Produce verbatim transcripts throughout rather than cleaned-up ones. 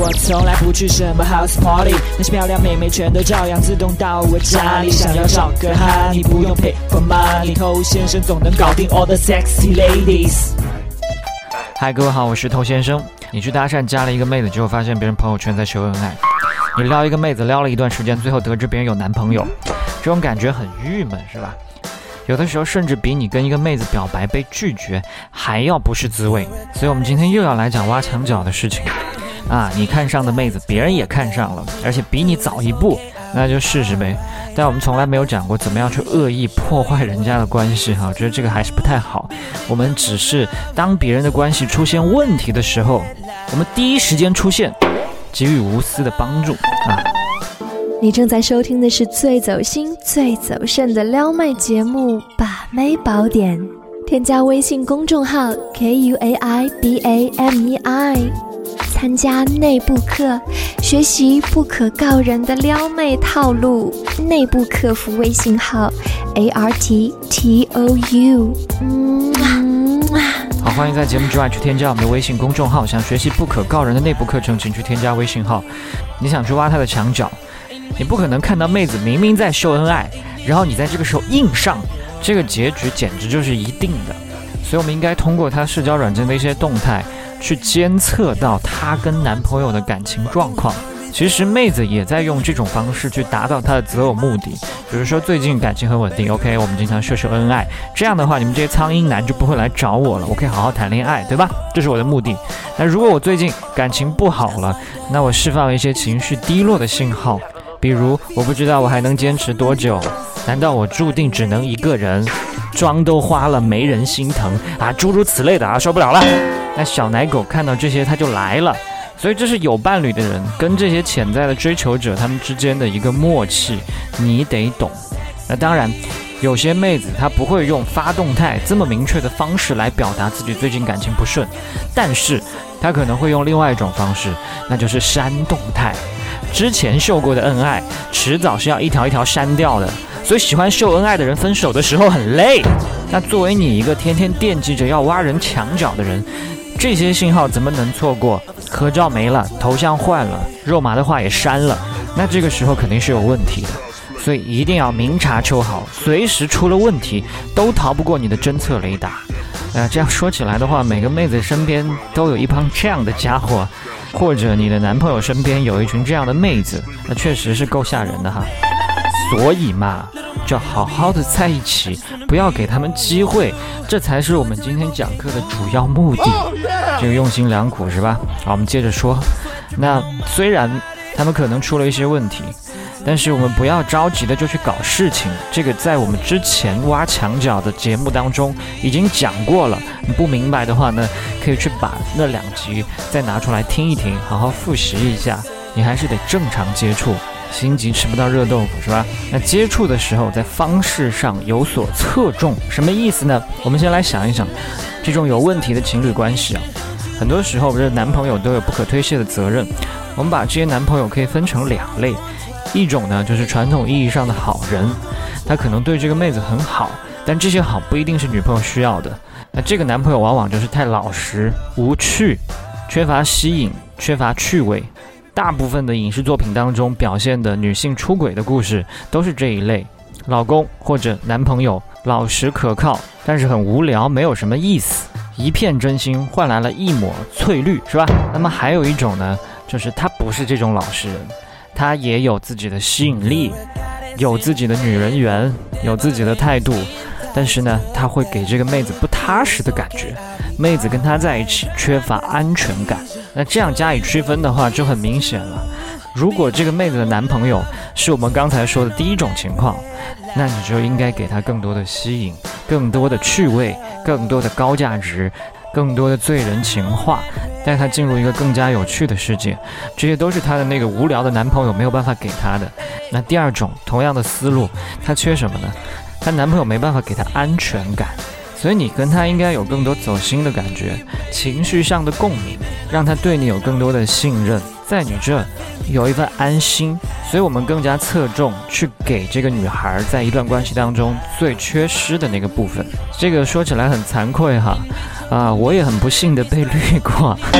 我从来不去什么 house party， 那些漂亮妹妹全都照样自动到我家里。想要找个哈，你不用 pay for money， 头先生总能搞定 all the sexy ladies。 嗨，各位好，我是头先生。你去搭讪加了一个妹子，结果发现别人朋友圈在秀恩爱。你撩一个妹子撩了一段时间，最后得知别人有男朋友，这种感觉很郁闷，是吧？有的时候甚至比你跟一个妹子表白被拒绝还要不是滋味。所以我们今天又要来讲挖墙脚的事情啊！你看上的妹子别人也看上了，而且比你早一步，那就试试呗。但我们从来没有讲过怎么样去恶意破坏人家的关系哈，我觉得这个还是不太好。我们只是当别人的关系出现问题的时候，我们第一时间出现，给予无私的帮助啊！ 你正在收听的是最走心最走肾的撩妹节目《把妹宝典》，添加微信公众号 K U A I B A M E I， 参加内部课，学习不可告人的撩妹套路。内部客服微信号 A R T T O U。 嗯好，欢迎在节目之外去添加我们的微信公众号。想学习不可告人的内部课程，请去添加微信号。你想去挖他的墙角，你不可能看到妹子明明在秀恩爱，然后你在这个时候硬上，这个结局简直就是一定的。所以我们应该通过她社交软件的一些动态去监测到她跟男朋友的感情状况。其实妹子也在用这种方式去达到她的择偶目的，比如说最近感情很稳定 OK， 我们经常秀秀恩爱，这样的话你们这些苍蝇男就不会来找我了，我可以好好谈恋爱，对吧？这是我的目的。那如果我最近感情不好了，那我释放一些情绪低落的信号，比如我不知道我还能坚持多久，难道我注定只能一个人，妆都花了没人心疼啊，诸如此类的啊，受不了了。那小奶狗看到这些他就来了，所以这是有伴侣的人跟这些潜在的追求者他们之间的一个默契，你得懂。那当然有些妹子她不会用发动态这么明确的方式来表达自己最近感情不顺，但是她可能会用另外一种方式，那就是删动态。之前秀过的恩爱迟早是要一条一条删掉的，所以喜欢秀恩爱的人分手的时候很累。那作为你一个天天惦记着要挖人墙角的人，这些信号怎么能错过？合照没了，头像换了，肉麻的话也删了，那这个时候肯定是有问题的。所以一定要明察秋毫，随时出了问题都逃不过你的侦测雷达。呃，这样说起来的话，每个妹子身边都有一帮这样的家伙，或者你的男朋友身边有一群这样的妹子，那确实是够吓人的哈。所以嘛，就好好的在一起，不要给他们机会，这才是我们今天讲课的主要目的。这个用心良苦是吧？好，我们接着说。那虽然他们可能出了一些问题，但是我们不要着急的就去搞事情，这个在我们之前挖墙角的节目当中已经讲过了。你不明白的话呢，可以去把那两集再拿出来听一听，好好复习一下。你还是得正常接触，心急吃不到热豆腐是吧？那接触的时候在方式上有所侧重，什么意思呢？我们先来想一想，这种有问题的情侣关系啊，很多时候不是男朋友都有不可推卸的责任。我们把这些男朋友可以分成两类，一种呢就是传统意义上的好人，他可能对这个妹子很好，但这些好不一定是女朋友需要的。那这个男朋友往往就是太老实、无趣，缺乏吸引，缺乏趣味。大部分的影视作品当中表现的女性出轨的故事都是这一类，老公或者男朋友老实可靠，但是很无聊，没有什么意思，一片真心换来了一抹翠绿，是吧？那么还有一种呢，就是他不是这种老实人，他也有自己的吸引力，有自己的女人缘，有自己的态度，但是呢他会给这个妹子不踏实的感觉，妹子跟他在一起缺乏安全感。那这样加以区分的话就很明显了，如果这个妹子的男朋友是我们刚才说的第一种情况，那你就应该给她更多的吸引，更多的趣味，更多的高价值，更多的醉人情话，带她进入一个更加有趣的世界，这些都是她的那个无聊的男朋友没有办法给她的。那第二种同样的思路，她缺什么呢？她男朋友没办法给她安全感，所以你跟他应该有更多走心的感觉，情绪上的共鸣，让他对你有更多的信任，在你这有一份安心。所以我们更加侧重去给这个女孩在一段关系当中最缺失的那个部分。这个说起来很惭愧哈，啊，我也很不幸的被绿过。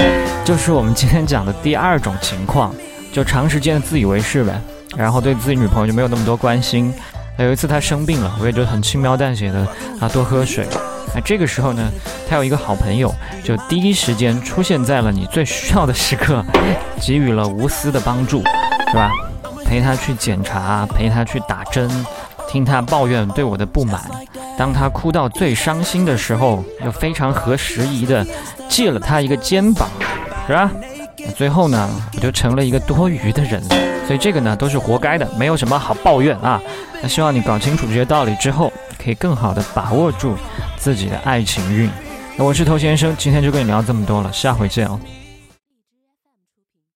就是我们今天讲的第二种情况，就长时间的自以为是呗，然后对自己女朋友就没有那么多关心。有一次她生病了，我也就很轻描淡写的啊多喝水。那这个时候呢，她有一个好朋友，就第一时间出现在了你最需要的时刻，给予了无私的帮助，是吧？陪她去检查，陪她去打针，听她抱怨对我的不满。当她哭到最伤心的时候，又非常合时宜的借了她一个肩膀，是吧？最后呢，我就成了一个多余的人，所以这个呢都是活该的，没有什么好抱怨啊。那希望你搞清楚这些道理之后，可以更好的把握住自己的爱情运。那我是头先生，今天就跟你聊这么多了，下回见哦。